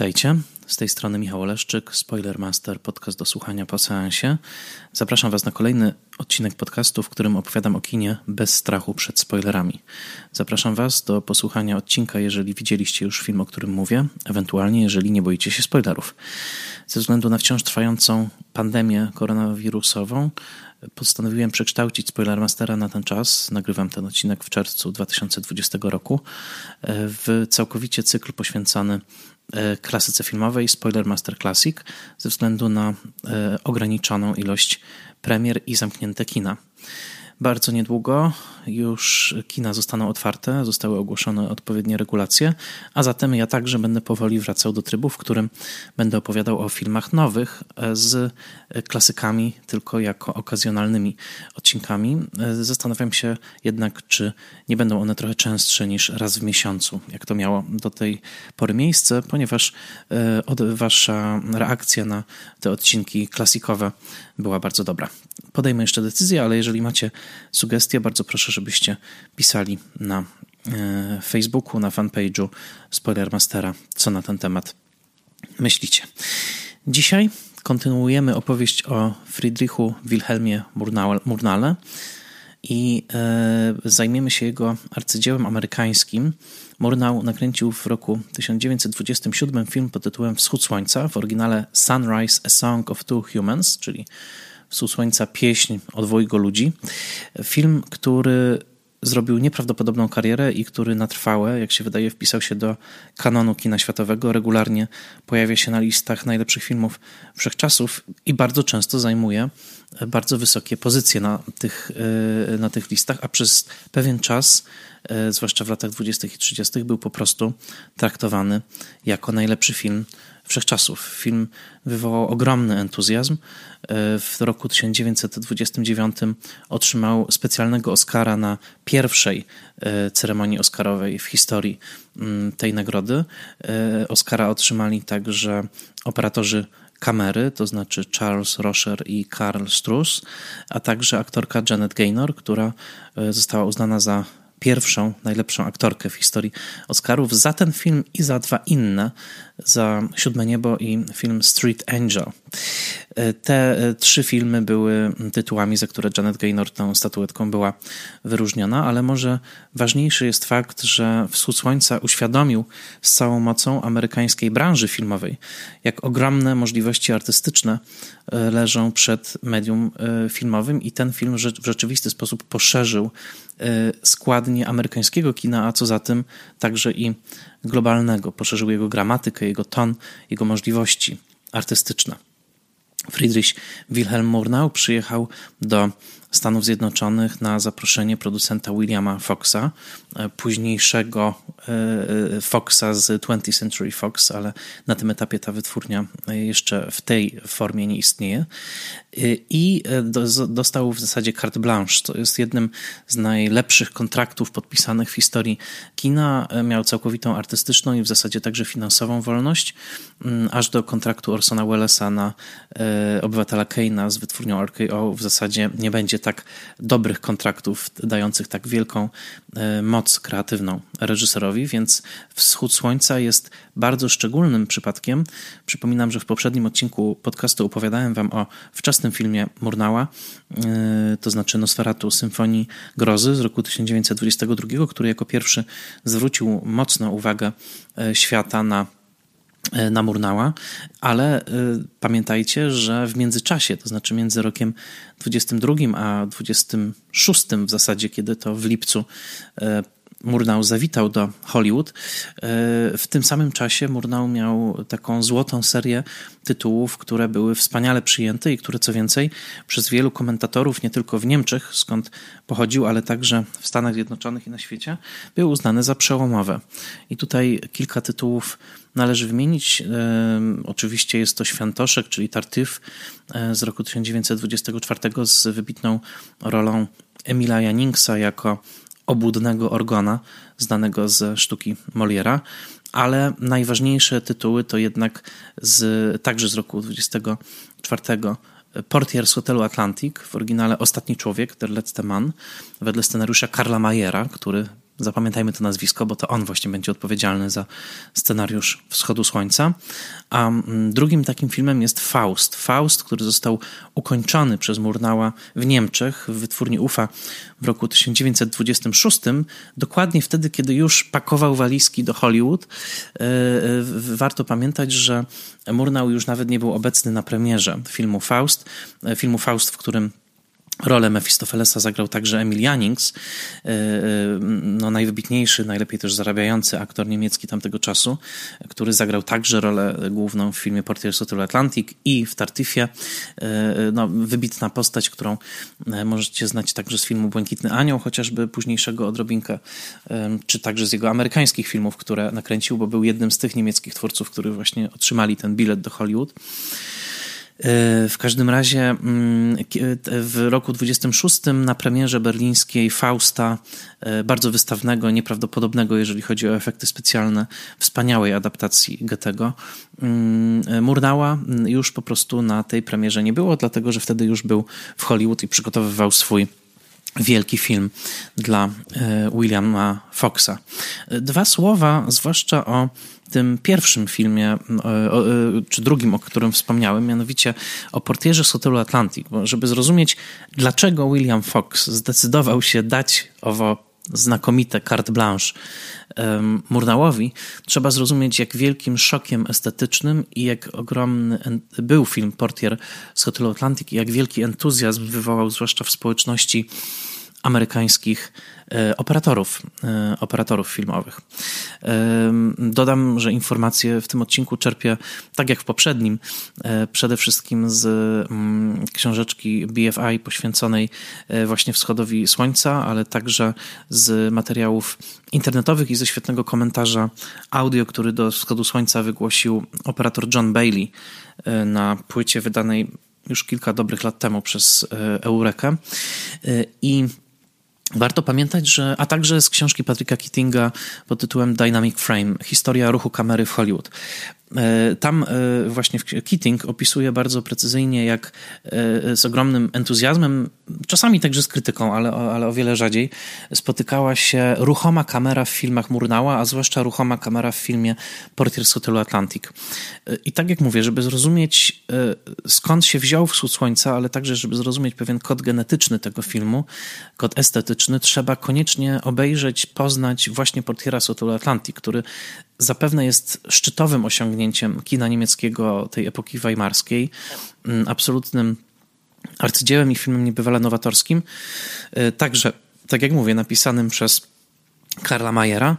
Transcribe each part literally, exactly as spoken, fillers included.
Witajcie, z tej strony Michał Oleszczyk, Spoilermaster, podcast do słuchania po seansie. Zapraszam Was na kolejny odcinek podcastu, w którym opowiadam o kinie bez strachu przed spoilerami. Zapraszam Was do posłuchania odcinka, jeżeli widzieliście już film, o którym mówię, ewentualnie jeżeli nie boicie się spoilerów. Ze względu na wciąż trwającą pandemię koronawirusową postanowiłem przekształcić Spoilermastera na ten czas, nagrywam ten odcinek w czerwcu dwa tysiące dwudziestego roku, w całkowicie cykl poświęcony klasyce filmowej Spoilermaster Classic ze względu na ograniczoną ilość premier i zamknięte kina. Bardzo niedługo już kina zostaną otwarte, zostały ogłoszone odpowiednie regulacje, a zatem ja także będę powoli wracał do trybu, w którym będę opowiadał o filmach nowych z klasykami, tylko jako okazjonalnymi odcinkami. Zastanawiam się jednak, czy nie będą one trochę częstsze niż raz w miesiącu, jak to miało do tej pory miejsce, ponieważ wasza reakcja na te odcinki klasikowe była bardzo dobra. Podejmę jeszcze decyzję, ale jeżeli macie sugestie, bardzo proszę, żebyście pisali na Facebooku, na fanpage'u Spoilermastera, co na ten temat myślicie. Dzisiaj kontynuujemy opowieść o Friedrichu Wilhelmie Murnale i zajmiemy się jego arcydziełem amerykańskim. Murnau nakręcił w roku tysiąc dziewięćset dwudziestym siódmym film pod tytułem Wschód Słońca, w oryginale Sunrise, A Song of Two Humans, czyli Wschód Słońca, pieśń o dwojgu ludzi. Film, który zrobił nieprawdopodobną karierę i który na trwałe, jak się wydaje, wpisał się do kanonu kina światowego. Regularnie pojawia się na listach najlepszych filmów wszechczasów i bardzo często zajmuje bardzo wysokie pozycje na tych, na tych listach, a przez pewien czas, zwłaszcza w latach dwudziestych i trzydziestych, był po prostu traktowany jako najlepszy film wszechczasów. Film wywołał ogromny entuzjazm. W roku tysiąc dziewięćset dwudziestym dziewiątym otrzymał specjalnego Oscara na pierwszej ceremonii oscarowej w historii tej nagrody. Oscara otrzymali także operatorzy kamery, to znaczy Charles Rocher i Karl Struss, a także aktorka Janet Gaynor, która została uznana za pierwszą, najlepszą aktorkę w historii Oscarów za ten film i za dwa inne, za Siódme Niebo i film Street Angel. Te trzy filmy były tytułami, za które Janet Gaynor tą statuetką była wyróżniona, ale może ważniejszy jest fakt, że Wschód Słońca uświadomił z całą mocą amerykańskiej branży filmowej, jak ogromne możliwości artystyczne leżą przed medium filmowym i ten film w rzeczywisty sposób poszerzył składnię amerykańskiego kina, a co za tym także i globalnego. Poszerzył jego gramatykę, jego ton, jego możliwości artystyczne. Friedrich Wilhelm Murnau przyjechał do Stanów Zjednoczonych na zaproszenie producenta Williama Foxa, późniejszego Foxa z twentieth Century Fox, ale na tym etapie ta wytwórnia jeszcze w tej formie nie istnieje. I dostał w zasadzie carte blanche. To jest jednym z najlepszych kontraktów podpisanych w historii kina. Miał całkowitą artystyczną i w zasadzie także finansową wolność, aż do kontraktu Orsona Wellesa na Obywatela Kane'a z wytwórnią R K O w zasadzie nie będzie tak dobrych kontraktów dających tak wielką moc kreatywną reżyserowi, więc Wschód Słońca jest bardzo szczególnym przypadkiem. Przypominam, że w poprzednim odcinku podcastu opowiadałem wam o wczesnym filmie Murnaua, to znaczy Nosferatu Symfonii Grozy z roku tysiąc dziewięćset dwudziestego drugiego, który jako pierwszy zwrócił mocno uwagę świata na na Murnaua, ale y, pamiętajcie, że w międzyczasie, to znaczy między rokiem dwudziestym drugim a dwudziestym szóstym w zasadzie, kiedy to w lipcu y, Murnau zawitał do Hollywood, w tym samym czasie Murnau miał taką złotą serię tytułów, które były wspaniale przyjęte i które co więcej przez wielu komentatorów, nie tylko w Niemczech, skąd pochodził, ale także w Stanach Zjednoczonych i na świecie, były uznane za przełomowe. I tutaj kilka tytułów należy wymienić. Oczywiście jest to Świętoszek, czyli Tartuffe z roku tysiąc dziewięćset dwudziestego czwartego z wybitną rolą Emila Janningsa jako obłudnego Orgona, znanego ze sztuki Moliera, ale najważniejsze tytuły to jednak z, także z roku dwudziestego czwartego Portier z hotelu Atlantic, w oryginale Ostatni człowiek, Der letzte Mann, wedle scenariusza Karla Mayera, który Zapamiętajmy to nazwisko, bo to on właśnie będzie odpowiedzialny za scenariusz Wschodu Słońca. A drugim takim filmem jest Faust. Faust, który został ukończony przez Murnała w Niemczech, w wytwórni Ufa w roku tysiąc dziewięćset dwudziestym szóstym, dokładnie wtedy, kiedy już pakował walizki do Hollywood. Warto pamiętać, że Murnau już nawet nie był obecny na premierze filmu Faust, filmu Faust, w którym rolę Mefistofelesa zagrał także Emil Jannings, no najwybitniejszy, najlepiej też zarabiający aktor niemiecki tamtego czasu, który zagrał także rolę główną w filmie Portier z Hotelu Atlantic i w Tartifie. No, wybitna postać, którą możecie znać także z filmu Błękitny Anioł, chociażby późniejszego odrobinkę, czy także z jego amerykańskich filmów, które nakręcił, bo był jednym z tych niemieckich twórców, którzy właśnie otrzymali ten bilet do Hollywood. W każdym razie w roku dwudziestym szóstym na premierze berlińskiej Fausta, bardzo wystawnego, nieprawdopodobnego, jeżeli chodzi o efekty specjalne, wspaniałej adaptacji Goethego, Murnała już po prostu na tej premierze nie było, dlatego że wtedy już był w Hollywood i przygotowywał swój wielki film dla Williama Foxa. Dwa słowa, zwłaszcza o tym pierwszym filmie, czy drugim, o którym wspomniałem, mianowicie o Portierze z Hotelu Atlantic, bo żeby zrozumieć, dlaczego William Fox zdecydował się dać owo znakomite carte blanche Murnałowi, trzeba zrozumieć, jak wielkim szokiem estetycznym i jak ogromny był film Portier z Hotelu Atlantic i jak wielki entuzjazm wywołał zwłaszcza w społeczności amerykańskich operatorów, operatorów filmowych. Dodam, że informacje w tym odcinku czerpię, tak jak w poprzednim, przede wszystkim z książeczki B F I poświęconej właśnie Wschodowi Słońca, ale także z materiałów internetowych i ze świetnego komentarza audio, który do Wschodu Słońca wygłosił operator John Bailey na płycie wydanej już kilka dobrych lat temu przez Eurekę. I warto pamiętać, że, a także z książki Patricka Keatinga pod tytułem Dynamic Frame, historia ruchu kamery w Hollywood. Tam właśnie Keating opisuje bardzo precyzyjnie, jak z ogromnym entuzjazmem, czasami także z krytyką, ale, ale o wiele rzadziej, spotykała się ruchoma kamera w filmach Murnała, a zwłaszcza ruchoma kamera w filmie Portier z Hotelu Atlantic. I tak jak mówię, żeby zrozumieć, skąd się wziął Wschód Słońca, ale także żeby zrozumieć pewien kod genetyczny tego filmu, kod estetyczny, trzeba koniecznie obejrzeć, poznać właśnie Portiera z Hotelu Atlantic, który zapewne jest szczytowym osiągnięciem kina niemieckiego tej epoki weimarskiej, absolutnym arcydziełem i filmem niebywale nowatorskim. Także, tak jak mówię, napisanym przez Karla Mayera.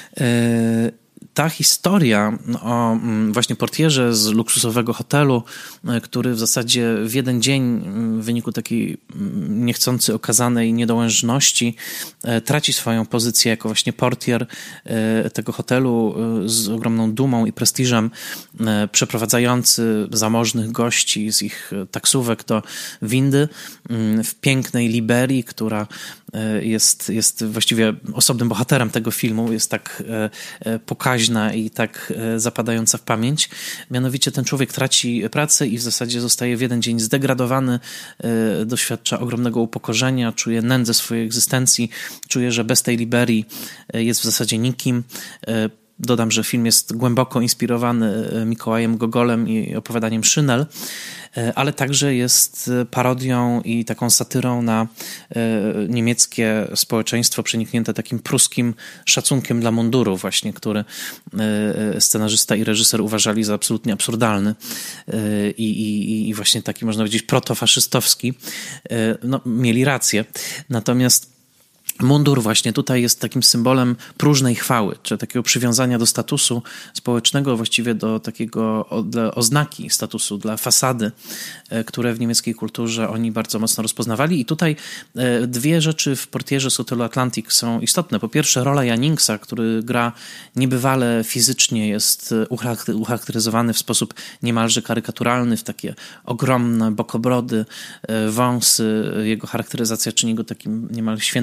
Ta historia o właśnie portierze z luksusowego hotelu, który w zasadzie w jeden dzień w wyniku takiej niechcący okazanej niedołężności traci swoją pozycję jako właśnie portier tego hotelu z ogromną dumą i prestiżem, przeprowadzający zamożnych gości z ich taksówek do windy w pięknej Liberii, która jest, jest właściwie osobnym bohaterem tego filmu, jest tak pokaźna i tak zapadająca w pamięć. Mianowicie ten człowiek traci pracę i w zasadzie zostaje w jeden dzień zdegradowany, doświadcza ogromnego upokorzenia, czuje nędzę swojej egzystencji, czuje, że bez tej Liberii jest w zasadzie nikim. Dodam, że film jest głęboko inspirowany Mikołajem Gogolem i opowiadaniem Szynel, ale także jest parodią i taką satyrą na niemieckie społeczeństwo przeniknięte takim pruskim szacunkiem dla munduru właśnie, który scenarzysta i reżyser uważali za absolutnie absurdalny i, i, i właśnie taki, można powiedzieć, protofaszystowski. No, mieli rację. Natomiast mundur właśnie tutaj jest takim symbolem próżnej chwały, czy takiego przywiązania do statusu społecznego, właściwie do takiego dla oznaki statusu, dla fasady, które w niemieckiej kulturze oni bardzo mocno rozpoznawali. I tutaj dwie rzeczy w Portierze z Hotelu Atlantic są istotne. Po pierwsze, rola Janningsa, który gra niebywale fizycznie, jest ucharakteryzowany w sposób niemalże karykaturalny, w takie ogromne bokobrody, wąsy. Jego charakteryzacja czyni go takim niemal świętym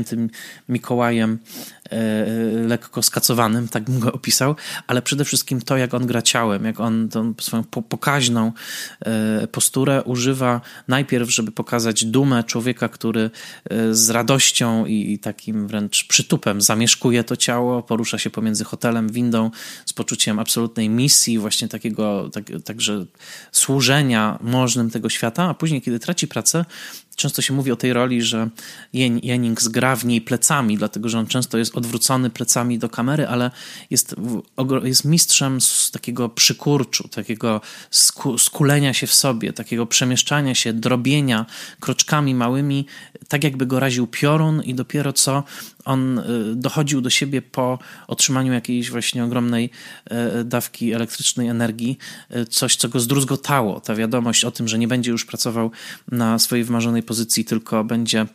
Mikołajem lekko skacowanym, tak bym go opisał, ale przede wszystkim to, jak on gra ciałem, jak on tą swoją pokaźną posturę używa najpierw, żeby pokazać dumę człowieka, który z radością i takim wręcz przytupem zamieszkuje to ciało, porusza się pomiędzy hotelem, windą z poczuciem absolutnej misji, właśnie takiego, tak, także służenia możnym tego świata, a później, kiedy traci pracę, często się mówi o tej roli, że Jennings gra w niej plecami, dlatego że on często jest odwrócony plecami do kamery, ale jest, jest mistrzem z takiego przykurczu, takiego sku, skulenia się w sobie, takiego przemieszczania się, drobienia kroczkami małymi, tak jakby go raził piorun i dopiero co on dochodził do siebie po otrzymaniu jakiejś właśnie ogromnej dawki elektrycznej energii, coś, co go zdruzgotało. Ta wiadomość o tym, że nie będzie już pracował na swojej wymarzonej pozycji, tylko będzie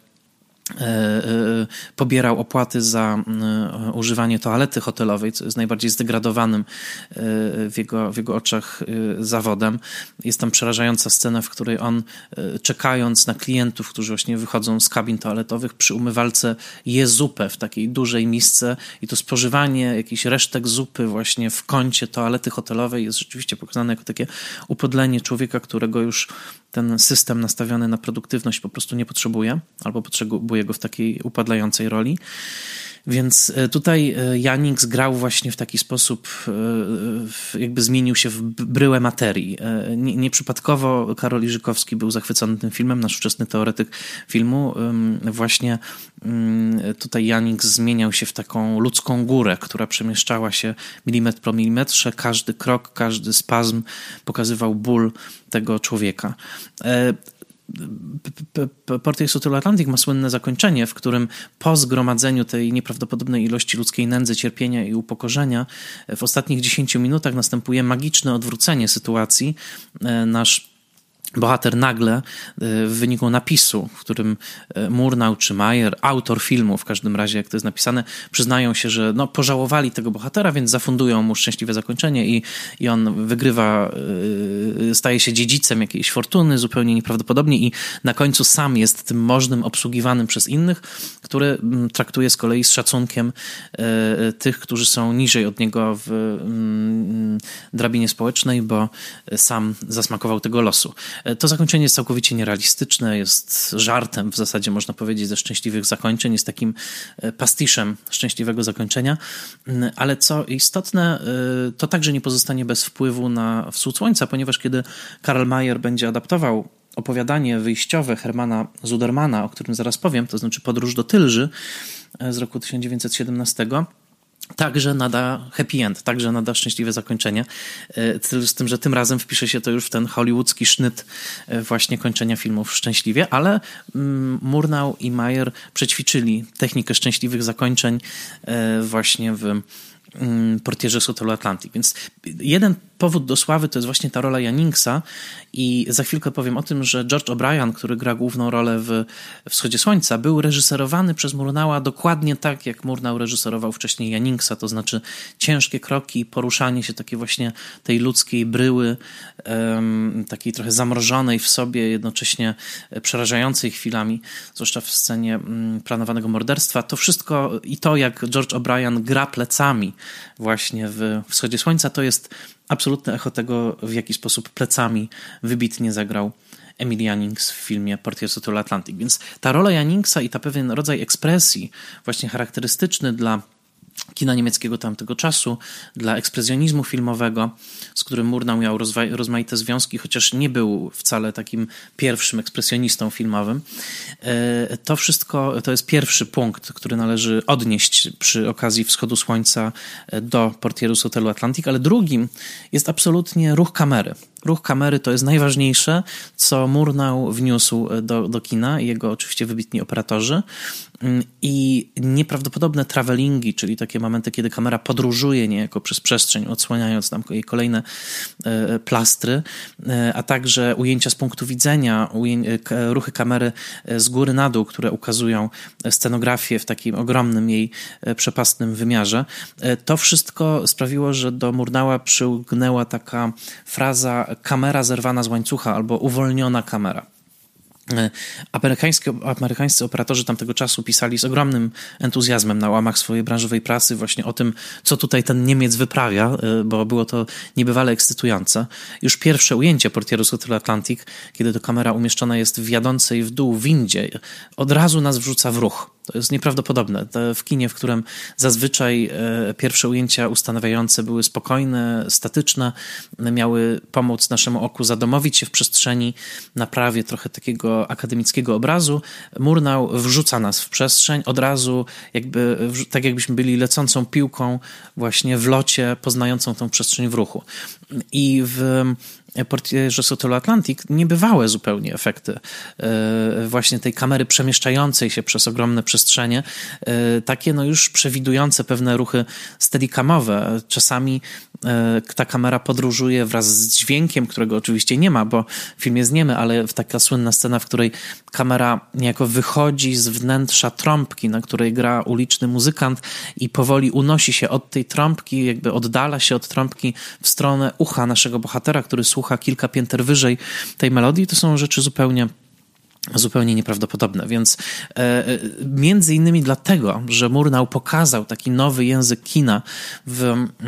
pobierał opłaty za używanie toalety hotelowej, co jest najbardziej zdegradowanym w jego, w jego oczach zawodem. Jest tam przerażająca scena, w której on, czekając na klientów, którzy właśnie wychodzą z kabin toaletowych, przy umywalce je zupę w takiej dużej misce i to spożywanie jakichś resztek zupy właśnie w kącie toalety hotelowej jest rzeczywiście pokazane jako takie upodlenie człowieka, którego już ten system nastawiony na produktywność po prostu nie potrzebuje, albo potrzebuje go w takiej upadlającej roli. Więc tutaj Jennings grał właśnie w taki sposób, jakby zmienił się w bryłę materii. Nieprzypadkowo Karol Iżykowski był zachwycony tym filmem, nasz wczesny teoretyk filmu. Właśnie tutaj Jennings zmieniał się w taką ludzką górę, która przemieszczała się milimetr po milimetrze. Każdy krok, każdy spazm pokazywał ból tego człowieka. Portier z Hotelu Atlantic ma słynne zakończenie, w którym po zgromadzeniu tej nieprawdopodobnej ilości ludzkiej nędzy, cierpienia i upokorzenia w ostatnich dziesięciu minutach następuje magiczne odwrócenie sytuacji. Nasz bohater nagle w wyniku napisu, w którym Murnau czy Mayer, autor filmu w każdym razie, jak to jest napisane, przyznają się, że no, pożałowali tego bohatera, więc zafundują mu szczęśliwe zakończenie i, i on wygrywa, staje się dziedzicem jakiejś fortuny, zupełnie nieprawdopodobnie i na końcu sam jest tym możnym, obsługiwanym przez innych, który traktuje z kolei z szacunkiem tych, którzy są niżej od niego w drabinie społecznej, bo sam zasmakował tego losu. To zakończenie jest całkowicie nierealistyczne, jest żartem w zasadzie, można powiedzieć, ze szczęśliwych zakończeń, jest takim pastiszem szczęśliwego zakończenia, ale co istotne, to także nie pozostanie bez wpływu na Wschód Słońca, ponieważ kiedy Karl Mayer będzie adaptował opowiadanie wyjściowe Hermana Zudermana, o którym zaraz powiem, to znaczy Podróż do Tylży z roku tysiąc dziewięćset siedemnastego, także nada happy end, także nada szczęśliwe zakończenie. Z tym, że tym razem wpisze się to już w ten hollywoodzki sznyt właśnie kończenia filmów szczęśliwie, ale Murnau i Mayer przećwiczyli technikę szczęśliwych zakończeń właśnie w Portierze z Hotelu Atlantic. Więc jeden powód do sławy to jest właśnie ta rola Jenningsa i za chwilkę powiem o tym, że George O'Brien, który gra główną rolę w Wschodzie Słońca, był reżyserowany przez Murnaua dokładnie tak, jak Murnau reżyserował wcześniej Jenningsa, to znaczy ciężkie kroki, poruszanie się takie właśnie tej ludzkiej bryły, um, takiej trochę zamrożonej w sobie, jednocześnie przerażającej chwilami, zwłaszcza w scenie um, planowanego morderstwa. To wszystko i to, jak George O'Brien gra plecami właśnie w Wschodzie Słońca, to jest absolutne echo tego, w jaki sposób plecami wybitnie zagrał Emil Jannings w filmie Portier z Hotelu Atlantic. Więc ta rola Janningsa i ta pewien rodzaj ekspresji właśnie charakterystyczny dla kina niemieckiego tamtego czasu, dla ekspresjonizmu filmowego, z którym Murnau miał rozwa- rozmaite związki, chociaż nie był wcale takim pierwszym ekspresjonistą filmowym. To wszystko to jest pierwszy punkt, który należy odnieść przy okazji Wschodu Słońca do Portieru z Hotelu Atlantic, ale drugim jest absolutnie ruch kamery. Ruch kamery to jest najważniejsze, co Murnau wniósł do, do kina i jego oczywiście wybitni operatorzy. I nieprawdopodobne travelingi, czyli takie momenty, kiedy kamera podróżuje niejako przez przestrzeń, odsłaniając nam jej kolejne e, plastry, e, a także ujęcia z punktu widzenia, ujęcia, ruchy kamery z góry na dół, które ukazują scenografię w takim ogromnym jej e, przepastnym wymiarze. E, to wszystko sprawiło, że do Murnaua przylgnęła taka fraza kamera zerwana z łańcucha albo uwolniona kamera. Amerykańscy, amerykańscy operatorzy tamtego czasu pisali z ogromnym entuzjazmem na łamach swojej branżowej prasy właśnie o tym, co tutaj ten Niemiec wyprawia, bo było to niebywale ekscytujące. Już pierwsze ujęcie Portieru z Hotelu Atlantic, kiedy to kamera umieszczona jest w jadącej w dół windzie, od razu nas wrzuca w ruch. To jest nieprawdopodobne. To w kinie, w którym zazwyczaj e, pierwsze ujęcia ustanawiające były spokojne, statyczne, miały pomóc naszemu oku zadomowić się w przestrzeni na prawie trochę takiego akademickiego obrazu. Murnau wrzuca nas w przestrzeń od razu, jakby, tak jakbyśmy byli lecącą piłką właśnie w locie, poznającą tą przestrzeń w ruchu. I w Portierze z Hotelu Atlantic niebywałe zupełnie efekty właśnie tej kamery przemieszczającej się przez ogromne przestrzenie, takie no już przewidujące pewne ruchy steadicamowe. Czasami ta kamera podróżuje wraz z dźwiękiem, którego oczywiście nie ma, bo film jest niemy, ale taka słynna scena, w której kamera niejako wychodzi z wnętrza trąbki, na której gra uliczny muzykant i powoli unosi się od tej trąbki, jakby oddala się od trąbki w stronę ucha naszego bohatera, który słucha kilka pięter wyżej tej melodii. To są rzeczy zupełnie zupełnie nieprawdopodobne, więc e, między innymi dlatego, że Murnau pokazał taki nowy język kina w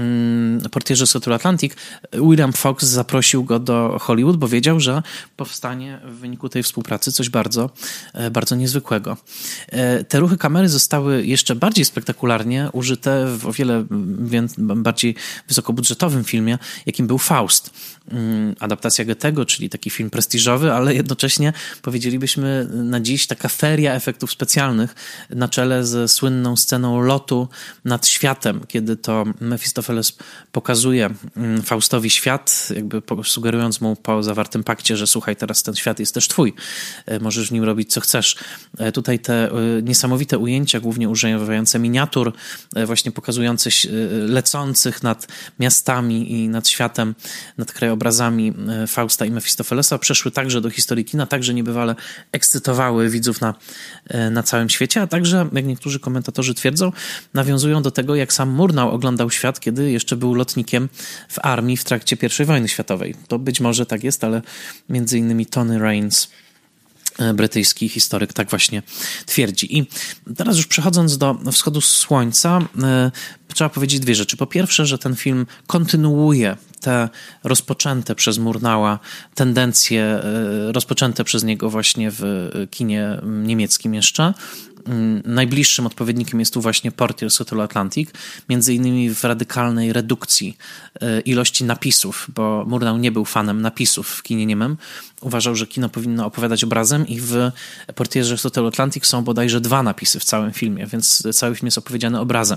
mm, Portierze z Hotelu Atlantic, William Fox zaprosił go do Hollywood, bo wiedział, że powstanie w wyniku tej współpracy coś bardzo, e, bardzo niezwykłego. E, te ruchy kamery zostały jeszcze bardziej spektakularnie użyte w o wiele więc, bardziej wysokobudżetowym filmie, jakim był Faust. Mm, adaptacja Goethego, czyli taki film prestiżowy, ale jednocześnie powiedzielibyśmy na dziś taka feria efektów specjalnych na czele ze słynną sceną lotu nad światem, kiedy to Mefistofeles pokazuje Faustowi świat, jakby sugerując mu po zawartym pakcie, że słuchaj, teraz ten świat jest też twój, możesz w nim robić co chcesz. Tutaj te niesamowite ujęcia, głównie używające miniatur, właśnie pokazujące lecących nad miastami i nad światem, nad krajobrazami Fausta i Mefistofelesa przeszły także do historii kina, także niebywale ekscytowały widzów na, na całym świecie, a także, jak niektórzy komentatorzy twierdzą, nawiązują do tego, jak sam Murnau oglądał świat, kiedy jeszcze był lotnikiem w armii w trakcie pierwszej wojny światowej. To być może tak jest, ale między innymi Tony Raines, brytyjski historyk, tak właśnie twierdzi. I teraz już przechodząc do wschodu słońca, trzeba powiedzieć dwie rzeczy. Po pierwsze, że ten film kontynuuje te rozpoczęte przez Murnaua tendencje, rozpoczęte przez niego właśnie w kinie niemieckim jeszcze. Najbliższym odpowiednikiem jest tu właśnie Portier z Hotelu Atlantic, między innymi w radykalnej redukcji ilości napisów, bo Murnau nie był fanem napisów w kinie niemym. Uważał, że kino powinno opowiadać obrazem i w Portierze z Hotelu Atlantic są bodajże dwa napisy w całym filmie, więc cały film jest opowiedziany obrazem.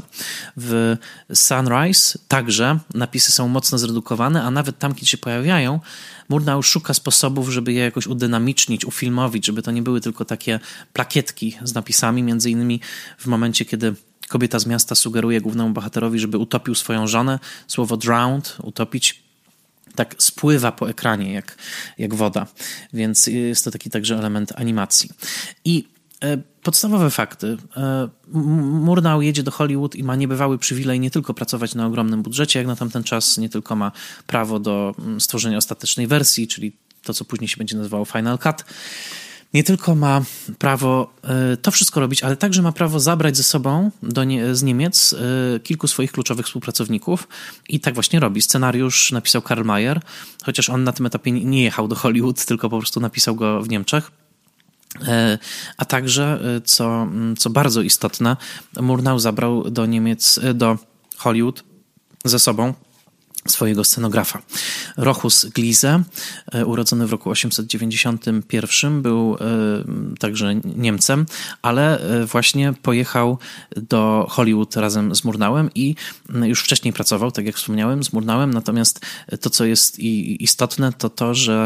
W Sunrise także napisy są mocno zredukowane, a nawet tam, kiedy się pojawiają, Murnau szuka sposobów, żeby je jakoś udynamicznić, ufilmowić, żeby to nie były tylko takie plakietki z napisami, między innymi w momencie, kiedy kobieta z miasta sugeruje głównemu bohaterowi, żeby utopił swoją żonę, słowo drowned, utopić, tak spływa po ekranie jak, jak woda, więc jest to taki także element animacji. I podstawowe fakty. Murnau jedzie do Hollywood i ma niebywały przywilej nie tylko pracować na ogromnym budżecie, jak na tamten czas, nie tylko ma prawo do stworzenia ostatecznej wersji, czyli to, co później się będzie nazywało Final Cut. Nie tylko ma prawo to wszystko robić, ale także ma prawo zabrać ze sobą do nie, z Niemiec kilku swoich kluczowych współpracowników i tak właśnie robi. Scenariusz napisał Karl Mayer, chociaż on na tym etapie nie jechał do Hollywood, tylko po prostu napisał go w Niemczech. A także, co, co bardzo istotne, Murnau zabrał do Niemiec, do Hollywood ze sobą swojego scenografa. Rochus Gliese, urodzony w roku osiemset dziewięćdziesiątym pierwszym, był także Niemcem, ale właśnie pojechał do Hollywood razem z Murnauem i już wcześniej pracował, tak jak wspomniałem, z Murnauem, natomiast to, co jest istotne, to to, że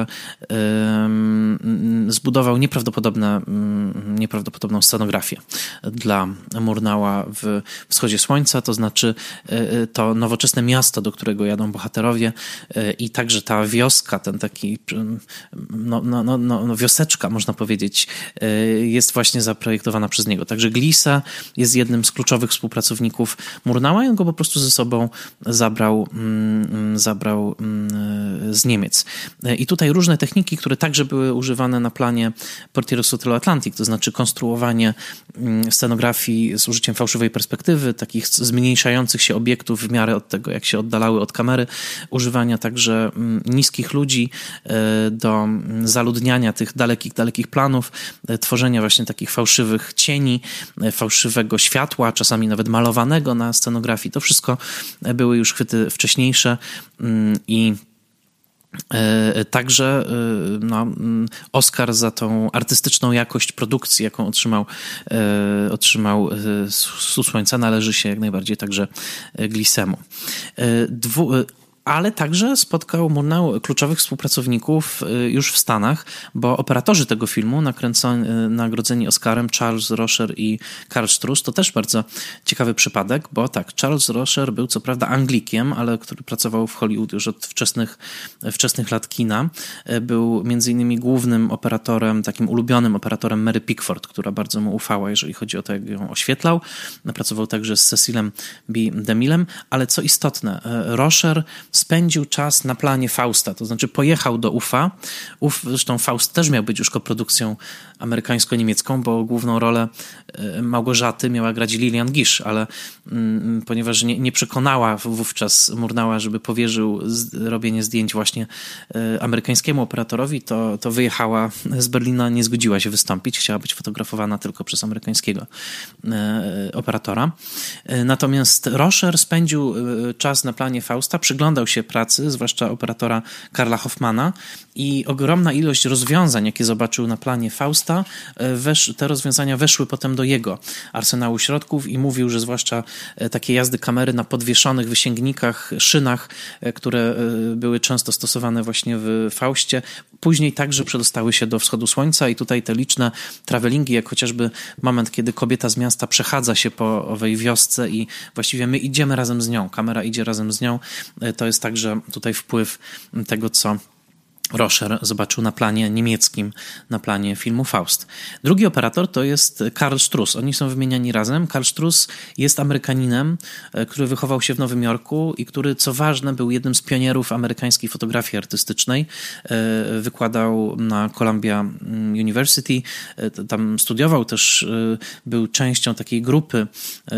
zbudował nieprawdopodobne, nieprawdopodobną scenografię dla Murnaua w Wschodzie Słońca, to znaczy to nowoczesne miasto, do którego jadą bohaterowie i także ta wioska, ten taki no, no, no, no, wioseczka, można powiedzieć, jest właśnie zaprojektowana przez niego. Także Glisse jest jednym z kluczowych współpracowników Murnała i on go po prostu ze sobą zabrał, zabrał z Niemiec. I tutaj różne techniki, które także były używane na planie Portiera's Hotel Atlantic, to znaczy konstruowanie scenografii z użyciem fałszywej perspektywy, takich zmniejszających się obiektów w miarę od tego, jak się oddalały od kamery, używania także niskich ludzi do zaludniania tych dalekich, dalekich planów, tworzenia właśnie takich fałszywych cieni, fałszywego światła, czasami nawet malowanego na scenografii. To wszystko były już chwyty wcześniejsze i Także no, Oscar za tą artystyczną jakość produkcji, jaką otrzymał, otrzymał Stół Słońca, należy się jak najbardziej także Glissemu. Dwu, ale także spotkał Murnau kluczowych współpracowników już w Stanach, bo operatorzy tego filmu, nagrodzeni Oscarem, Charles Rocher i Karl Struss, to też bardzo ciekawy przypadek, bo tak, Charles Rocher był co prawda Anglikiem, ale który pracował w Hollywood już od wczesnych, wczesnych lat kina. Był między innymi głównym operatorem, takim ulubionym operatorem Mary Pickford, która bardzo mu ufała, jeżeli chodzi o to, jak ją oświetlał. Pracował także z Cecilem B. DeMillem, ale co istotne, Rocher spędził czas na planie Fausta, to znaczy pojechał do Ufa. Uf, zresztą Faust też miał być już koprodukcją amerykańsko-niemiecką, bo główną rolę Małgorzaty miała grać Lillian Gish, ale mm, ponieważ nie, nie przekonała wówczas Murnała, żeby powierzył z, robienie zdjęć właśnie y, amerykańskiemu operatorowi, to, to wyjechała z Berlina, nie zgodziła się wystąpić, chciała być fotografowana tylko przez amerykańskiego y, operatora. Y, natomiast Rocher spędził y, czas na planie Fausta, przyglądał się pracy, zwłaszcza operatora Karla Hoffmana, i ogromna ilość rozwiązań, jakie zobaczył na planie Fausta, wesz, te rozwiązania weszły potem do jego arsenału środków i mówił, że zwłaszcza takie jazdy kamery na podwieszonych wysięgnikach, szynach, które były często stosowane właśnie w Faustie, później także przedostały się do Wschodu Słońca i tutaj te liczne travelingi, jak chociażby moment, kiedy kobieta z miasta przechadza się po owej wiosce i właściwie my idziemy razem z nią, kamera idzie razem z nią, to jest także tutaj wpływ tego, co Rocher zobaczył na planie niemieckim, na planie filmu Faust. Drugi operator to jest Karl Struss. Oni są wymieniani razem. Karl Struss jest Amerykaninem, który wychował się w Nowym Jorku i który, co ważne, był jednym z pionierów amerykańskiej fotografii artystycznej. Wykładał na Columbia University, tam studiował też, był częścią takiej grupy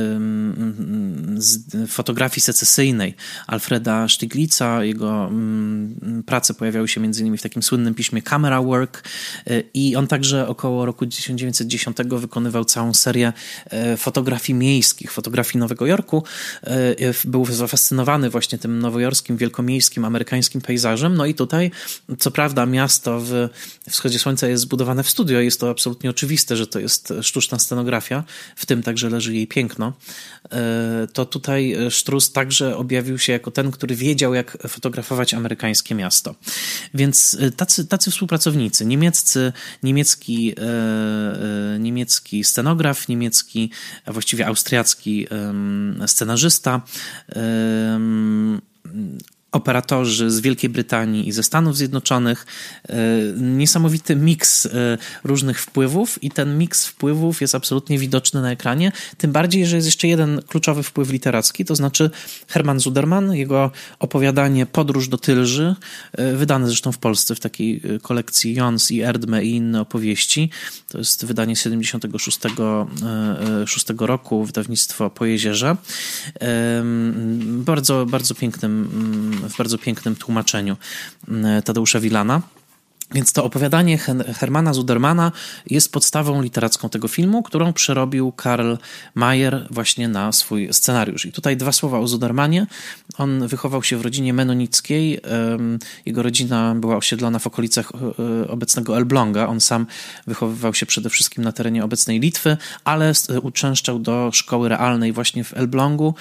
fotografii secesyjnej Alfreda Stieglitza. Jego prace pojawiały się między innymi w takim słynnym piśmie Camera Work i on także około roku tysiąc dziewięćset dziesiątego wykonywał całą serię fotografii miejskich, fotografii Nowego Jorku. Był zafascynowany właśnie tym nowojorskim, wielkomiejskim, amerykańskim pejzażem. No i tutaj, co prawda, miasto w Wschodzie Słońca jest zbudowane w studio. Jest to absolutnie oczywiste, że to jest sztuczna scenografia, w tym także leży jej piękno. To tutaj Struss także objawił się jako ten, który wiedział, jak fotografować amerykańskie miasto. Więc tacy, tacy współpracownicy, niemieccy, niemiecki, e, e, niemiecki scenograf, niemiecki, a właściwie austriacki e, scenarzysta, e, operatorzy z Wielkiej Brytanii i ze Stanów Zjednoczonych. Niesamowity miks różnych wpływów i ten miks wpływów jest absolutnie widoczny na ekranie, tym bardziej, że jest jeszcze jeden kluczowy wpływ literacki, to znaczy Herman Zuderman, jego opowiadanie Podróż do Tylży, wydane zresztą w Polsce w takiej kolekcji Jons i Erdme i inne opowieści. To jest wydanie z siedemdziesiątego szóstego roku, wydawnictwo Po Jezierze. Bardzo, bardzo pięknym w bardzo pięknym tłumaczeniu Tadeusza Wilana. Więc to opowiadanie Hermana Zudermana jest podstawą literacką tego filmu, którą przerobił Karl Mayer właśnie na swój scenariusz. I tutaj dwa słowa o Zudermanie. On wychował się w rodzinie menonickiej. Jego rodzina była osiedlona w okolicach obecnego Elbląga. On sam wychowywał się przede wszystkim na terenie obecnej Litwy, ale uczęszczał do szkoły realnej właśnie w Elblągu.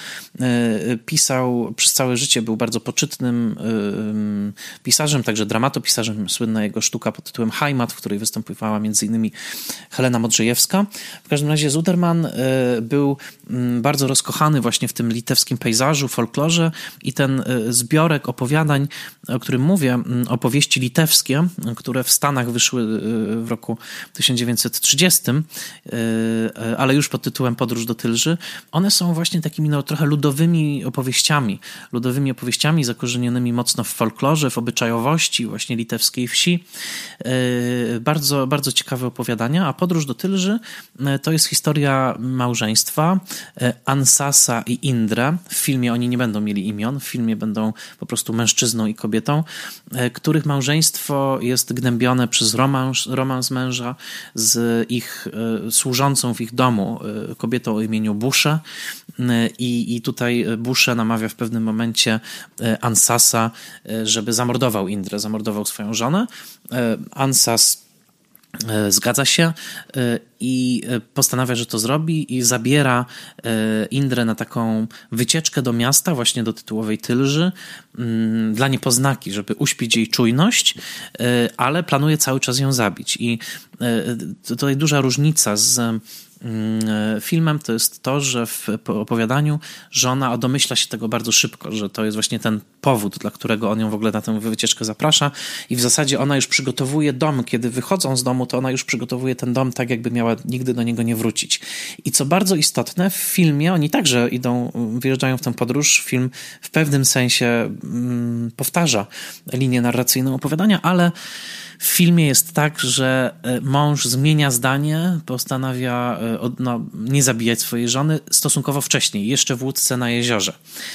Pisał przez całe życie, był bardzo poczytnym pisarzem, także dramatopisarzem. Słynna jego jego sztuka pod tytułem Heimat, w której występowała między innymi Helena Modrzejewska. W każdym razie Zuderman był bardzo rozkochany właśnie w tym litewskim pejzażu, folklorze i ten zbiorek opowiadań, o którym mówię, opowieści litewskie, które w Stanach wyszły w roku tysiąc dziewięćset trzydziestym, ale już pod tytułem Podróż do Tylży, one są właśnie takimi no, trochę ludowymi opowieściami, ludowymi opowieściami zakorzenionymi mocno w folklorze, w obyczajowości właśnie litewskiej wsi. Bardzo, bardzo ciekawe opowiadania, a Podróż do Tylży to jest historia małżeństwa Ansasa i Indre. W filmie oni nie będą mieli imion, w filmie będą po prostu mężczyzną i kobietą, których małżeństwo jest gnębione przez romans, romans męża z ich służącą w ich domu kobietą o imieniu Busze i, i tutaj Busze namawia w pewnym momencie Ansasa, żeby zamordował Indrę, zamordował swoją żonę. Ansas zgadza się i postanawia, że to zrobi i zabiera Indrę na taką wycieczkę do miasta, właśnie do tytułowej Tylży, dla niepoznaki, żeby uśpić jej czujność, ale planuje cały czas ją zabić. I tutaj duża różnica z filmem to jest to, że w opowiadaniu żona domyśla się tego bardzo szybko, że to jest właśnie ten powód, dla którego on ją w ogóle na tę wycieczkę zaprasza i w zasadzie ona już przygotowuje dom, kiedy wychodzą z domu, to ona już przygotowuje ten dom tak, jakby miała nigdy do niego nie wrócić. I co bardzo istotne, w filmie oni także idą, wyjeżdżają w tę podróż, film w pewnym sensie mm, powtarza linię narracyjną opowiadania, ale w filmie jest tak, że mąż zmienia zdanie, postanawia no, nie zabijać swojej żony stosunkowo wcześniej, jeszcze w łódce na jeziorze.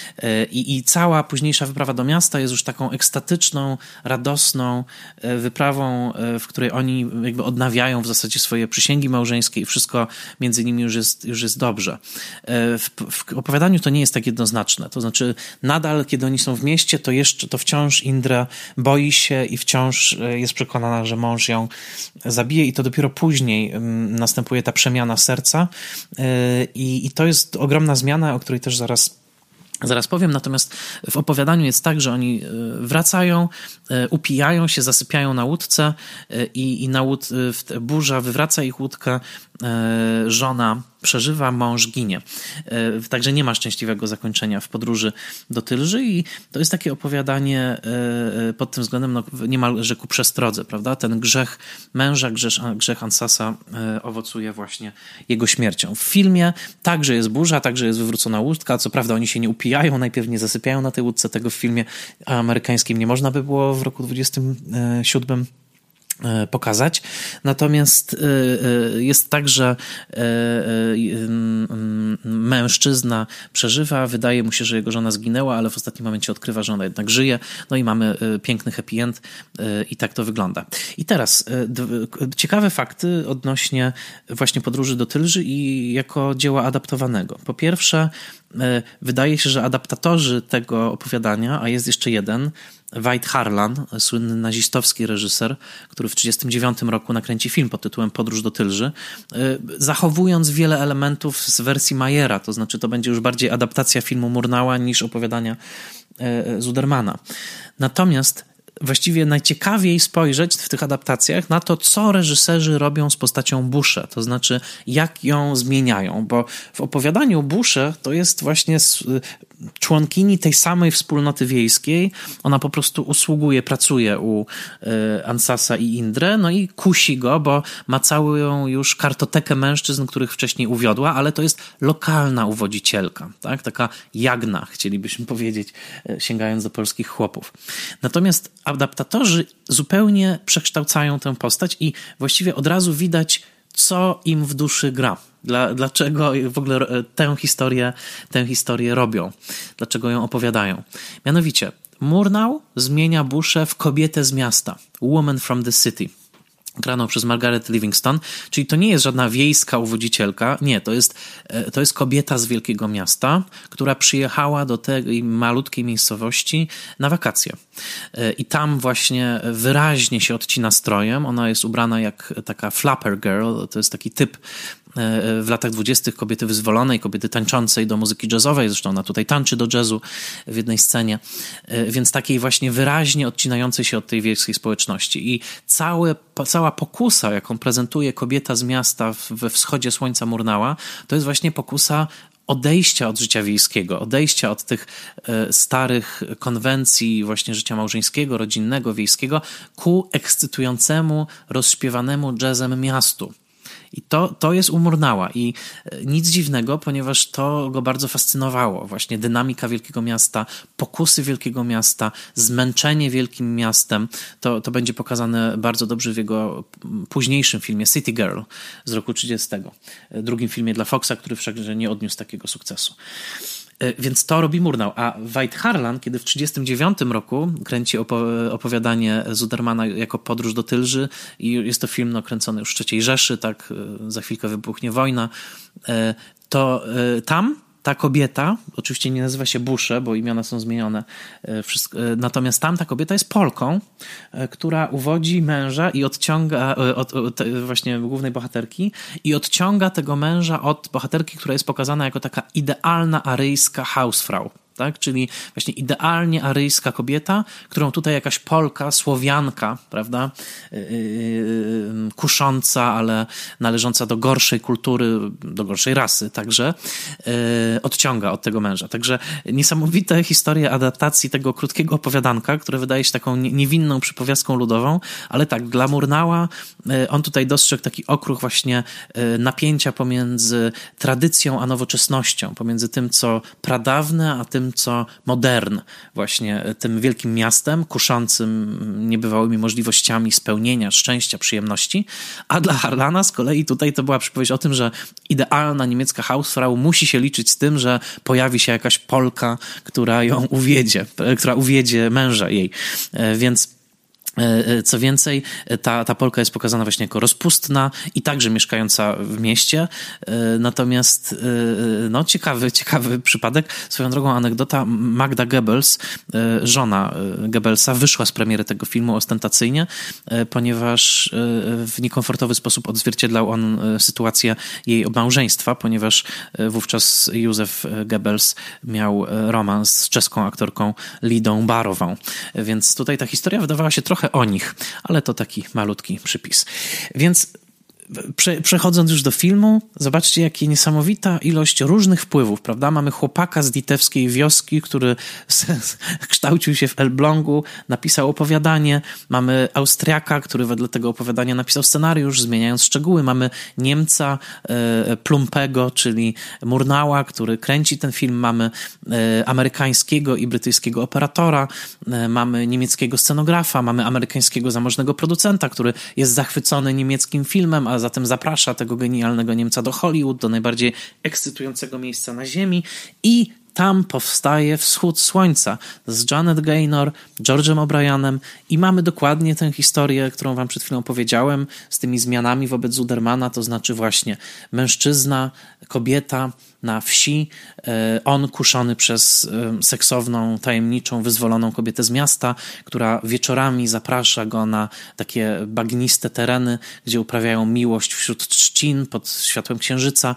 I, I cała późniejsza wyprawa do miasta jest już taką ekstatyczną, radosną wyprawą, w której oni jakby odnawiają w zasadzie swoje przysięgi małżeńskie i wszystko między nimi już jest, już jest dobrze. W, w opowiadaniu to nie jest tak jednoznaczne. To znaczy nadal, kiedy oni są w mieście, to jeszcze to wciąż Indra boi się i wciąż jest przekonana, przekonana, że mąż ją zabije i to dopiero później następuje ta przemiana serca i, i to jest ogromna zmiana, o której też zaraz Zaraz powiem, natomiast w opowiadaniu jest tak, że oni wracają, upijają się, zasypiają na łódce i, i na łód, burza wywraca ich łódkę, żona przeżywa, mąż ginie. Także nie ma szczęśliwego zakończenia w podróży do Tylży i to jest takie opowiadanie pod tym względem no, niemalże ku przestrodze, prawda? Ten grzech męża, grzech, grzech Ansasa owocuje właśnie jego śmiercią. W filmie także jest burza, także jest wywrócona łódka, co prawda oni się nie upijają, najpierw nie zasypiają na tej łódce, tego w filmie amerykańskim nie można by było w roku dwudziestym siódmym pokazać. Natomiast jest tak, że mężczyzna przeżywa, wydaje mu się, że jego żona zginęła, ale w ostatnim momencie odkrywa, że ona jednak żyje. No i mamy piękny happy end i tak to wygląda. I teraz ciekawe fakty odnośnie właśnie podróży do Tylży i jako dzieła adaptowanego. Po pierwsze, wydaje się, że adaptatorzy tego opowiadania, a jest jeszcze jeden, Veit Harlan, słynny nazistowski reżyser, który w tysiąc dziewięćset trzydziestym dziewiątym roku nakręci film pod tytułem Podróż do Tylży, zachowując wiele elementów z wersji Mayera, to znaczy to będzie już bardziej adaptacja filmu Murnała niż opowiadania Zudermana. Natomiast właściwie najciekawiej spojrzeć w tych adaptacjach na to, co reżyserzy robią z postacią Busze, to znaczy jak ją zmieniają, bo w opowiadaniu Busze to jest właśnie członkini tej samej wspólnoty wiejskiej, ona po prostu usługuje, pracuje u Ansasa i Indrę, no i kusi go, bo ma całą już kartotekę mężczyzn, których wcześniej uwiodła, ale to jest lokalna uwodzicielka, tak? Taka jagna, chcielibyśmy powiedzieć, sięgając do polskich chłopów. Natomiast adaptatorzy zupełnie przekształcają tę postać i właściwie od razu widać, co im w duszy gra. Dla, dlaczego w ogóle tę historię, tę historię robią. Dlaczego ją opowiadają. Mianowicie, Murnau zmienia Buszę w kobietę z miasta. Woman from the city. Graną przez Margaret Livingston, czyli to nie jest żadna wiejska uwodzicielka, nie, to jest, to jest kobieta z wielkiego miasta, która przyjechała do tej malutkiej miejscowości na wakacje. I tam właśnie wyraźnie się odcina strojem, ona jest ubrana jak taka flapper girl, to jest taki typ w latach dwudziestych kobiety wyzwolonej, kobiety tańczącej do muzyki jazzowej, zresztą ona tutaj tańczy do jazzu w jednej scenie, więc takiej właśnie wyraźnie odcinającej się od tej wiejskiej społeczności. I całe, cała pokusa, jaką prezentuje kobieta z miasta we wschodzie słońca Murnała, to jest właśnie pokusa odejścia od życia wiejskiego, odejścia od tych e, starych konwencji właśnie życia małżeńskiego, rodzinnego, wiejskiego ku ekscytującemu, rozśpiewanemu jazzem miastu. I to, to jest u Murnała i nic dziwnego, ponieważ to go bardzo fascynowało. Właśnie dynamika wielkiego miasta, pokusy wielkiego miasta, zmęczenie wielkim miastem. To, to będzie pokazane bardzo dobrze w jego późniejszym filmie City Girl z roku trzydziestego. Drugim filmie dla Foxa, który wszakże nie odniósł takiego sukcesu. Więc to robi Murnau. A Veit Harlan, kiedy w trzydziestym dziewiątym roku kręci opo- opowiadanie Zudermana jako Podróż do Tylży i jest to film no, kręcony już w trzeciej Rzeszy, tak, za chwilkę wybuchnie wojna, to tam ta kobieta, oczywiście nie nazywa się Busze, bo imiona są zmienione, wszystko, natomiast tam ta kobieta jest Polką, która uwodzi męża i odciąga od, od właśnie głównej bohaterki i odciąga tego męża od bohaterki, która jest pokazana jako taka idealna aryjska Hausfrau. Tak? Czyli właśnie idealnie aryjska kobieta, którą tutaj jakaś Polka, Słowianka, prawda, yy, yy, kusząca, ale należąca do gorszej kultury, do gorszej rasy także, yy, odciąga od tego męża. Także niesamowite historie adaptacji tego krótkiego opowiadanka, które wydaje się taką niewinną przypowiastką ludową, ale tak, dla Murnała yy, on tutaj dostrzegł taki okruch właśnie yy, napięcia pomiędzy tradycją a nowoczesnością, pomiędzy tym, co pradawne, a tym, co modern, właśnie tym wielkim miastem, kuszącym niebywałymi możliwościami spełnienia, szczęścia, przyjemności, a dla Harlana z kolei tutaj to była przypowieść o tym, że idealna niemiecka Hausfrau musi się liczyć z tym, że pojawi się jakaś Polka, która ją uwiedzie, która uwiedzie męża jej, więc co więcej, ta, ta Polka jest pokazana właśnie jako rozpustna i także mieszkająca w mieście. Natomiast no ciekawy, ciekawy przypadek. Swoją drogą anegdota, Magda Goebbels, żona Goebbelsa, wyszła z premiery tego filmu ostentacyjnie, ponieważ w niekomfortowy sposób odzwierciedlał on sytuację jej małżeństwa, ponieważ wówczas Józef Goebbels miał romans z czeską aktorką Lidą Barową. Więc tutaj ta historia wydawała się trochę o nich, ale to taki malutki przypis. Więc Prze- przechodząc już do filmu, zobaczcie, jaka niesamowita ilość różnych wpływów, prawda? Mamy chłopaka z litewskiej wioski, który s- s- kształcił się w Elblągu, napisał opowiadanie. Mamy Austriaka, który wedle tego opowiadania napisał scenariusz, zmieniając szczegóły. Mamy Niemca e, Plumpego, czyli Murnała, który kręci ten film. Mamy e, amerykańskiego i brytyjskiego operatora. E, mamy niemieckiego scenografa. Mamy amerykańskiego zamożnego producenta, który jest zachwycony niemieckim filmem, a zatem zaprasza tego genialnego Niemca do Hollywood, do najbardziej ekscytującego miejsca na ziemi i tam powstaje Wschód Słońca z Janet Gaynor, George'em O'Brienem i mamy dokładnie tę historię, którą wam przed chwilą powiedziałem, z tymi zmianami wobec Zudermana, to znaczy właśnie mężczyzna, kobieta na wsi, on kuszony przez seksowną, tajemniczą, wyzwoloną kobietę z miasta, która wieczorami zaprasza go na takie bagniste tereny, gdzie uprawiają miłość wśród trzcin pod światłem księżyca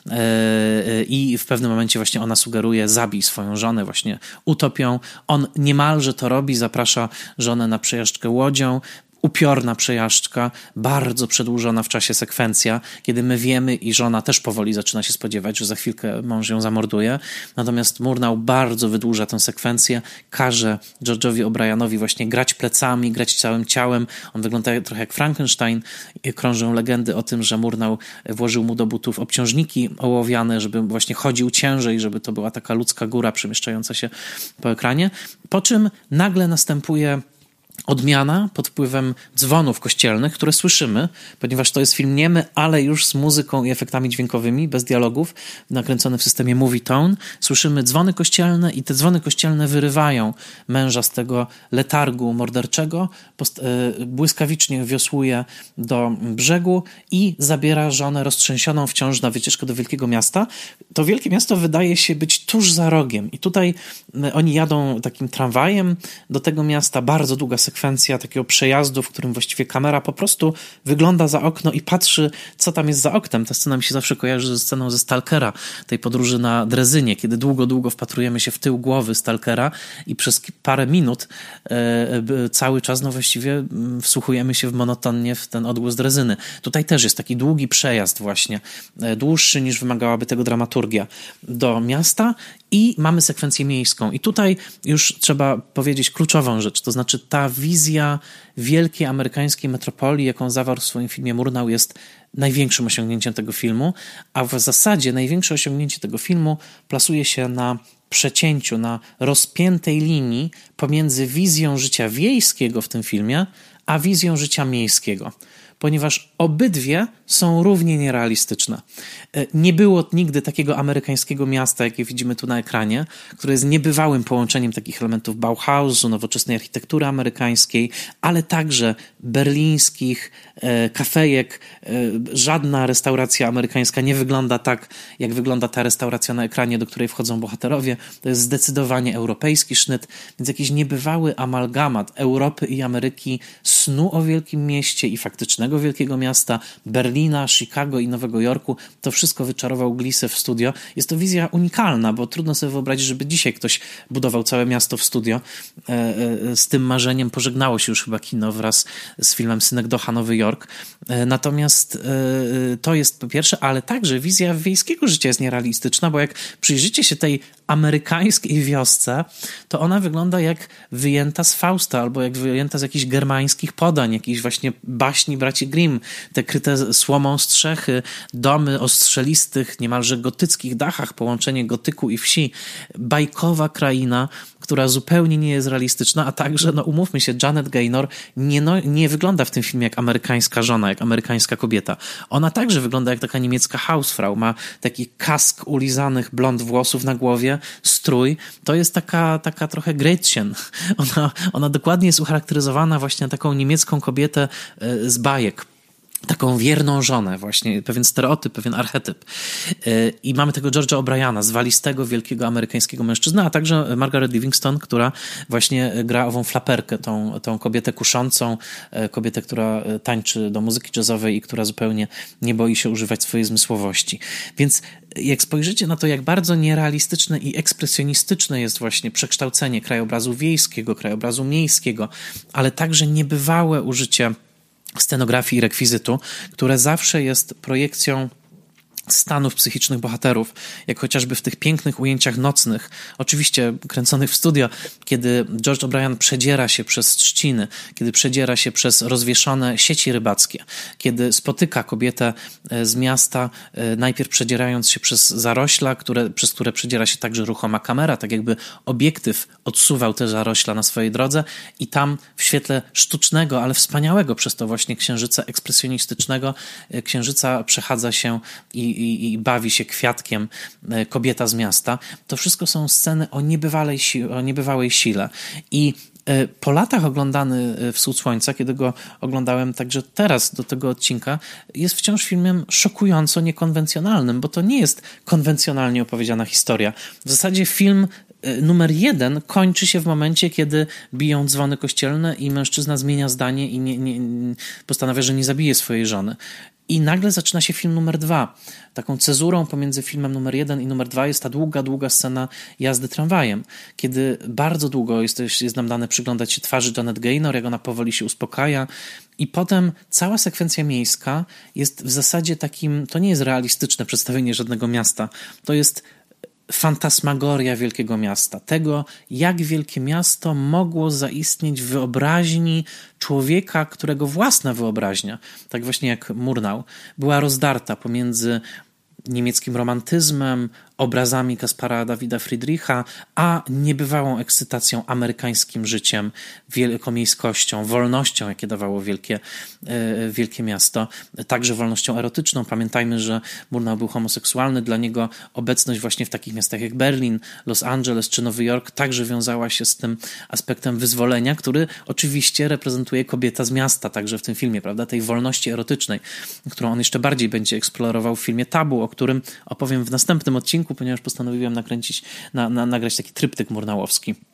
i w pewnym momencie właśnie ona sugeruje: zabij swoją żonę, właśnie utopią. On niemalże to robi, zaprasza żonę na przejażdżkę łodzią. Upiorna przejażdżka, bardzo przedłużona w czasie sekwencja, kiedy my wiemy i żona też powoli zaczyna się spodziewać, że za chwilkę mąż ją zamorduje. Natomiast Murnau bardzo wydłuża tę sekwencję, każe George'owi O'Brienowi właśnie grać plecami, grać całym ciałem. On wygląda trochę jak Frankenstein. Krążą legendy o tym, że Murnau włożył mu do butów obciążniki ołowiane, żeby właśnie chodził ciężej, żeby to była taka ludzka góra przemieszczająca się po ekranie. Po czym nagle następuje odmiana pod wpływem dzwonów kościelnych, które słyszymy, ponieważ to jest film niemy, ale już z muzyką i efektami dźwiękowymi, bez dialogów, nakręcony w systemie Movie Tone. Słyszymy dzwony kościelne i te dzwony kościelne wyrywają męża z tego letargu morderczego, post- błyskawicznie wiosłuje do brzegu i zabiera żonę roztrzęsioną wciąż na wycieczkę do wielkiego miasta. To wielkie miasto wydaje się być tuż za rogiem i tutaj oni jadą takim tramwajem do tego miasta, bardzo długa sekwencja takiego przejazdu, w którym właściwie kamera po prostu wygląda za okno i patrzy, co tam jest za oknem. Ta scena mi się zawsze kojarzy ze sceną ze Stalkera, tej podróży na drezynie, kiedy długo, długo wpatrujemy się w tył głowy Stalkera i przez parę minut e, cały czas no właściwie wsłuchujemy się w monotonnie w ten odgłos drezyny. Tutaj też jest taki długi przejazd właśnie, e, dłuższy niż wymagałaby tego dramaturgia, do miasta i mamy sekwencję miejską. I tutaj już trzeba powiedzieć kluczową rzecz, to znaczy ta wizja wielkiej amerykańskiej metropolii, jaką zawarł w swoim filmie Murnau, jest największym osiągnięciem tego filmu, a w zasadzie największe osiągnięcie tego filmu plasuje się na przecięciu, na rozpiętej linii pomiędzy wizją życia wiejskiego w tym filmie, a wizją życia miejskiego. Ponieważ obydwie są równie nierealistyczne. Nie było nigdy takiego amerykańskiego miasta, jakie widzimy tu na ekranie, które jest niebywałym połączeniem takich elementów Bauhausu, nowoczesnej architektury amerykańskiej, ale także berlińskich e, kafejek. E, żadna restauracja amerykańska nie wygląda tak, jak wygląda ta restauracja na ekranie, do której wchodzą bohaterowie. To jest zdecydowanie europejski sznyt, więc jakiś niebywały amalgamat Europy i Ameryki, snu o wielkim mieście i faktycznego wielkiego miasta, Berlina, Chicago i Nowego Jorku. To wszystko wyczarował Glisse w studio. Jest to wizja unikalna, bo trudno sobie wyobrazić, żeby dzisiaj ktoś budował całe miasto w studio. Z tym marzeniem pożegnało się już chyba kino wraz z filmem Synekdocha Nowy Jork. Natomiast to jest po pierwsze, ale także wizja wiejskiego życia jest nierealistyczna, bo jak przyjrzycie się tej amerykańskiej wiosce, to ona wygląda jak wyjęta z Fausta albo jak wyjęta z jakichś germańskich podań, jakichś właśnie baśni braci Grimm, te kryte słomą strzechy, domy o strzelistych, niemalże gotyckich dachach, połączenie gotyku i wsi, bajkowa kraina, która zupełnie nie jest realistyczna, a także, no umówmy się, Janet Gaynor nie, no, nie wygląda w tym filmie jak amerykańska żona, jak amerykańska kobieta. Ona także wygląda jak taka niemiecka Hausfrau, ma taki kask ulizanych blond włosów na głowie, strój. To jest taka, taka trochę Gretchen. Ona, ona dokładnie jest ucharakteryzowana właśnie na taką niemiecką kobietę z bajek. Taką wierną żonę właśnie, pewien stereotyp, pewien archetyp. I mamy tego George'a O'Briana, zwalistego, wielkiego amerykańskiego mężczyznę, a także Margaret Livingston, która właśnie gra ową flaperkę, tą, tą kobietę kuszącą, kobietę, która tańczy do muzyki jazzowej i która zupełnie nie boi się używać swojej zmysłowości. Więc jak spojrzycie na to, jak bardzo nierealistyczne i ekspresjonistyczne jest właśnie przekształcenie krajobrazu wiejskiego, krajobrazu miejskiego, ale także niebywałe użycie scenografii i rekwizytu, które zawsze jest projekcją stanów psychicznych bohaterów, jak chociażby w tych pięknych ujęciach nocnych, oczywiście kręconych w studio, kiedy George O'Brien przedziera się przez trzciny, kiedy przedziera się przez rozwieszone sieci rybackie, kiedy spotyka kobietę z miasta, najpierw przedzierając się przez zarośla, które, przez które przedziera się także ruchoma kamera, tak jakby obiektyw odsuwał te zarośla na swojej drodze i tam w świetle sztucznego, ale wspaniałego przez to właśnie księżyca ekspresjonistycznego, księżyca przechadza się i I, i bawi się kwiatkiem kobieta z miasta. To wszystko są sceny o niebywałej, si- o niebywałej sile. I po latach oglądany Wschód Słońca, kiedy go oglądałem także teraz do tego odcinka, jest wciąż filmem szokująco niekonwencjonalnym, bo to nie jest konwencjonalnie opowiedziana historia. W zasadzie film numer jeden kończy się w momencie, kiedy biją dzwony kościelne i mężczyzna zmienia zdanie i nie, nie, postanawia, że nie zabije swojej żony. I nagle zaczyna się film numer dwa. Taką cezurą pomiędzy filmem numer jeden i numer dwa jest ta długa, długa scena jazdy tramwajem, kiedy bardzo długo jest, jest nam dane przyglądać się twarzy Janet Gaynor, jak ona powoli się uspokaja i potem cała sekwencja miejska jest w zasadzie takim, to nie jest realistyczne przedstawienie żadnego miasta, to jest fantasmagoria wielkiego miasta, tego, jak wielkie miasto mogło zaistnieć w wyobraźni człowieka, którego własna wyobraźnia, tak właśnie jak Murnau, była rozdarta pomiędzy niemieckim romantyzmem, obrazami Kaspara Dawida Friedricha, a niebywałą ekscytacją amerykańskim życiem, wielkomiejskością, wolnością, jakie dawało wielkie, wielkie miasto, także wolnością erotyczną. Pamiętajmy, że Murnau był homoseksualny, dla niego obecność właśnie w takich miastach jak Berlin, Los Angeles czy Nowy Jork także wiązała się z tym aspektem wyzwolenia, który oczywiście reprezentuje kobieta z miasta, także w tym filmie, prawda, tej wolności erotycznej, którą on jeszcze bardziej będzie eksplorował w filmie Tabu, o którym opowiem w następnym odcinku, ponieważ postanowiłem nakręcić, na, na, nagrać taki tryptyk murnauowski.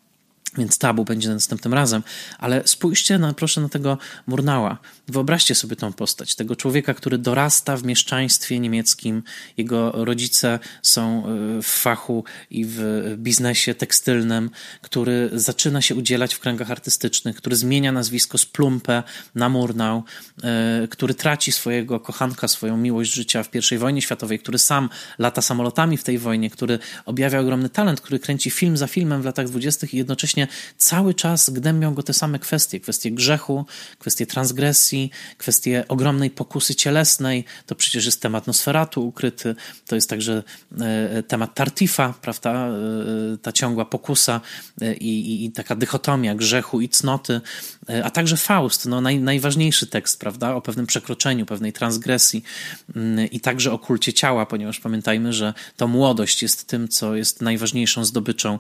Więc tabu będzie następnym razem. Ale spójrzcie na, proszę na tego Murnau'a. Wyobraźcie sobie tą postać. Tego człowieka, który dorasta w mieszczaństwie niemieckim. Jego rodzice są w fachu i w biznesie tekstylnym, który zaczyna się udzielać w kręgach artystycznych, który zmienia nazwisko z Plumpe na Murnau, który traci swojego kochanka, swoją miłość życia w pierwszej wojnie światowej, który sam lata samolotami w tej wojnie, który objawia ogromny talent, który kręci film za filmem w latach dwudziestych i jednocześnie cały czas gnębią go te same kwestie. Kwestie grzechu, kwestie transgresji, kwestie ogromnej pokusy cielesnej. To przecież jest temat Nosferatu ukryty. To jest także e, temat Tartifa, prawda? E, ta ciągła pokusa e, i, i taka dychotomia grzechu i cnoty. E, a także Faust, no, naj, najważniejszy tekst, prawda? O pewnym przekroczeniu, pewnej transgresji e, i także o kulcie ciała, ponieważ pamiętajmy, że to młodość jest tym, co jest najważniejszą zdobyczą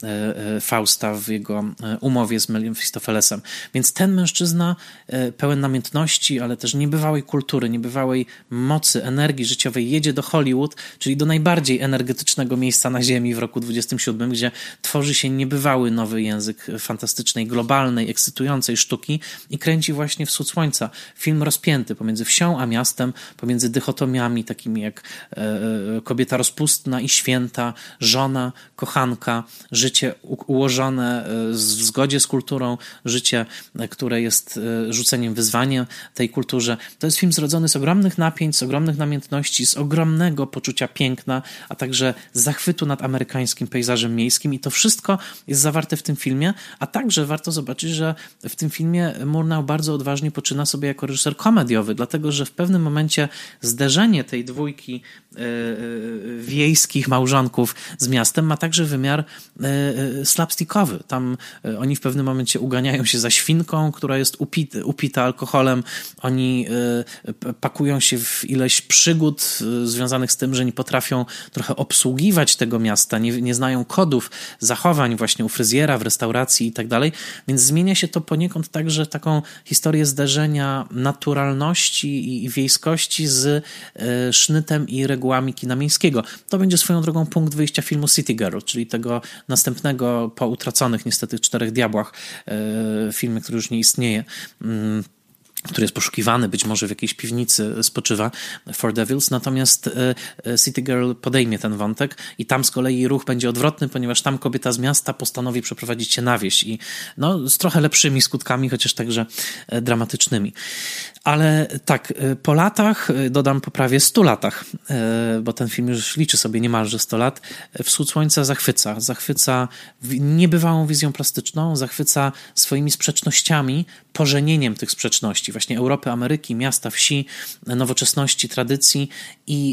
e, e, Fausta w jego umowie z Mefistofelesem. Więc ten mężczyzna pełen namiętności, ale też niebywałej kultury, niebywałej mocy, energii życiowej jedzie do Hollywood, czyli do najbardziej energetycznego miejsca na ziemi w roku dwudziestym siódmym, gdzie tworzy się niebywały nowy język fantastycznej, globalnej, ekscytującej sztuki i kręci właśnie Wschód Słońca. Film rozpięty pomiędzy wsią a miastem, pomiędzy dychotomiami takimi jak e, kobieta rozpustna i święta, żona, kochanka, życie ułożone w zgodzie z kulturą, życie, które jest rzuceniem wyzwania tej kulturze. To jest film zrodzony z ogromnych napięć, z ogromnych namiętności, z ogromnego poczucia piękna, a także zachwytu nad amerykańskim pejzażem miejskim i to wszystko jest zawarte w tym filmie, a także warto zobaczyć, że w tym filmie Murnau bardzo odważnie poczyna sobie jako reżyser komediowy, dlatego, że w pewnym momencie zderzenie tej dwójki yy, yy, wiejskich małżonków z miastem ma także wymiar yy, slapstickowy. Tam oni w pewnym momencie uganiają się za świnką, która jest upita, upita alkoholem. Oni y, pakują się w ileś przygód y, związanych z tym, że nie potrafią trochę obsługiwać tego miasta, nie, nie znają kodów zachowań właśnie u fryzjera, w restauracji i tak dalej. Więc zmienia się to poniekąd także taką historię zderzenia naturalności i, i wiejskości z y, sznytem i regułami kina miejskiego. To będzie swoją drogą punkt wyjścia filmu City Girl, czyli tego następnego po utraconych niestety Czterech Diabłach, e, filmie, który już nie istnieje, mm, który jest poszukiwany, być może w jakiejś piwnicy spoczywa, Four Devils, natomiast City Girl podejmie ten wątek i tam z kolei ruch będzie odwrotny, ponieważ tam kobieta z miasta postanowi przeprowadzić się na wieś i no, z trochę lepszymi skutkami, chociaż także dramatycznymi. Ale tak, po latach, dodam po prawie stu latach, bo ten film już liczy sobie niemalże sto lat, Wschód Słońca zachwyca. Zachwyca niebywałą wizją plastyczną, zachwyca swoimi sprzecznościami, pożenieniem tych sprzeczności. Właśnie Europy, Ameryki, miasta, wsi, nowoczesności, tradycji i,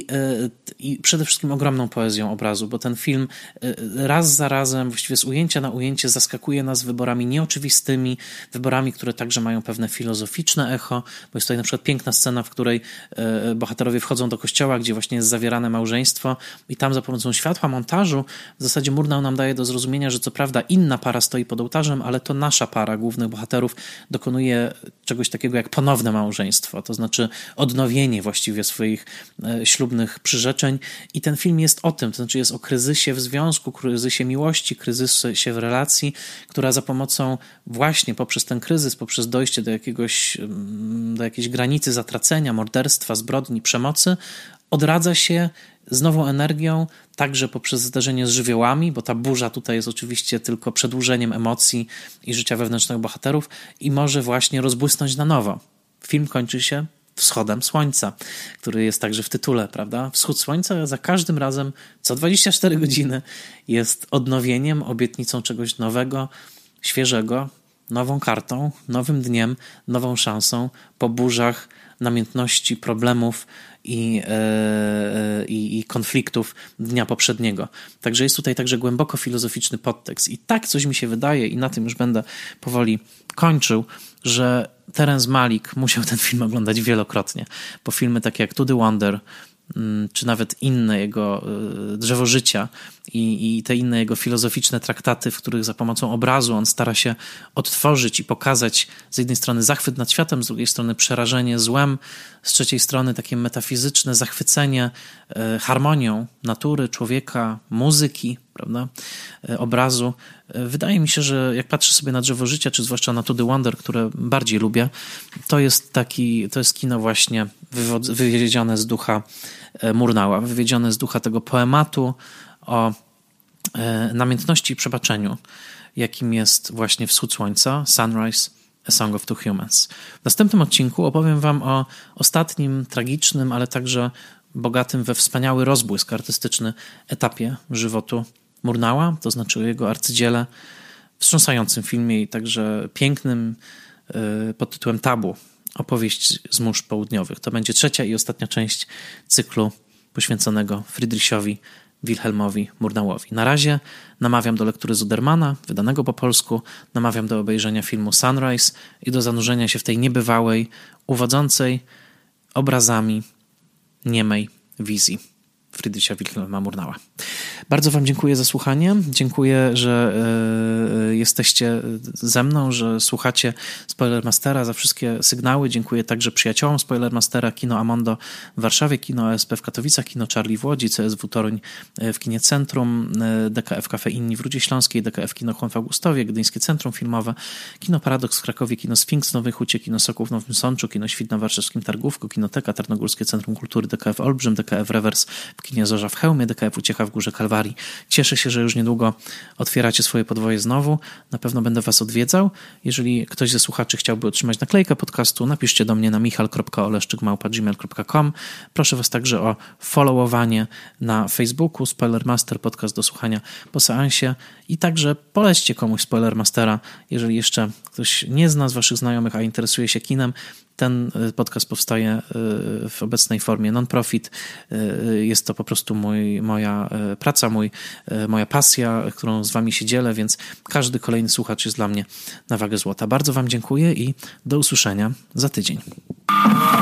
i przede wszystkim ogromną poezją obrazu, bo ten film raz za razem, właściwie z ujęcia na ujęcie zaskakuje nas wyborami nieoczywistymi, wyborami, które także mają pewne filozoficzne echo, bo jest tutaj na przykład piękna scena, w której bohaterowie wchodzą do kościoła, gdzie właśnie jest zawierane małżeństwo i tam za pomocą światła, montażu w zasadzie Murnau nam daje do zrozumienia, że co prawda inna para stoi pod ołtarzem, ale to nasza para głównych bohaterów dokonuje czegoś takiego jak ponowne małżeństwo, to znaczy odnowienie właściwie swoich ślubnych przyrzeczeń i ten film jest o tym, to znaczy jest o kryzysie w związku, kryzysie miłości, kryzysie w relacji, która za pomocą właśnie poprzez ten kryzys, poprzez dojście do jakiegoś do jakiejś granicy zatracenia, morderstwa, zbrodni, przemocy, odradza się z nową energią, także poprzez zdarzenie z żywiołami, bo ta burza tutaj jest oczywiście tylko przedłużeniem emocji i życia wewnętrznych bohaterów i może właśnie rozbłysnąć na nowo. Film kończy się wschodem słońca, który jest także w tytule, prawda? Wschód słońca za każdym razem, co dwadzieścia cztery godziny jest odnowieniem, obietnicą czegoś nowego, świeżego, nową kartą, nowym dniem, nową szansą po burzach namiętności, problemów i, yy, i konfliktów dnia poprzedniego. Także jest tutaj także głęboko filozoficzny podtekst. I tak coś mi się wydaje, i na tym już będę powoli kończył, że Terence Malick musiał ten film oglądać wielokrotnie, bo filmy takie jak To the Wonder, czy nawet inne jego Drzewo Życia i, i te inne jego filozoficzne traktaty, w których za pomocą obrazu on stara się odtworzyć i pokazać z jednej strony zachwyt nad światem, z drugiej strony przerażenie złem, z trzeciej strony takie metafizyczne zachwycenie harmonią natury, człowieka, muzyki, prawda, obrazu. Wydaje mi się, że jak patrzę sobie na Drzewo Życia, czy zwłaszcza na To The Wonder, które bardziej lubię, to jest taki, to jest kino właśnie wywod- wywiedzione z ducha Murnała, wywiedzione z ducha tego poematu o namiętności i przebaczeniu, jakim jest właśnie Wschód Słońca, Sunrise, A Song of Two Humans. W następnym odcinku opowiem wam o ostatnim, tragicznym, ale także bogatym we wspaniały rozbłysk artystyczny etapie żywotu Murnała, to znaczy o jego arcydziele, wstrząsającym filmie i także pięknym yy, pod tytułem Tabu, opowieść z mórz południowych. To będzie trzecia i ostatnia część cyklu poświęconego Friedrichowi Wilhelmowi Murnałowi. Na razie namawiam do lektury Zudermana, wydanego po polsku, namawiam do obejrzenia filmu Sunrise i do zanurzenia się w tej niebywałej, uwodzącej obrazami niemej wizji Friedricha Wilhelma Murnała. Bardzo wam dziękuję za słuchanie. Dziękuję, że y, jesteście ze mną, że słuchacie Spoilermastera, za wszystkie sygnały. Dziękuję także przyjaciołom Spoilermastera, Kino Amondo w Warszawie, Kino A S P w Katowicach, Kino Charlie w Łodzi, C S W Toruń w Kinie Centrum, D K F Cafe Inni w Rudzie Śląskiej, D K F Kino Chłon w Augustowie, Gdyńskie Centrum Filmowe, Kino Paradoks w Krakowie, Kino Sfinks w Nowej Hucie, Kino Sokół w Nowym Sączu, Kino Świt na Warszawskim Targówku, Kinoteka, Tarnogórskie Centrum Kultury, D K F Olbrzym, D K F Rewers w Kinie Zorza w Chełmie, D K F Uciecha w Górze Kalwarii. Cieszę się, że już niedługo otwieracie swoje podwoje znowu. Na pewno będę was odwiedzał. Jeżeli ktoś ze słuchaczy chciałby otrzymać naklejkę podcastu, napiszcie do mnie na michal kropka oleszczyk małpa gmail kropka com. Proszę was także o followowanie na Facebooku, Spoilermaster, podcast do słuchania po seansie i także polećcie komuś Spoilermastera, jeżeli jeszcze ktoś nie zna z waszych znajomych, a interesuje się kinem. Ten podcast powstaje w obecnej formie non-profit. Jest to po prostu mój, moja praca, mój, moja pasja, którą z wami się dzielę, więc każdy kolejny słuchacz jest dla mnie na wagę złota. Bardzo wam dziękuję i do usłyszenia za tydzień.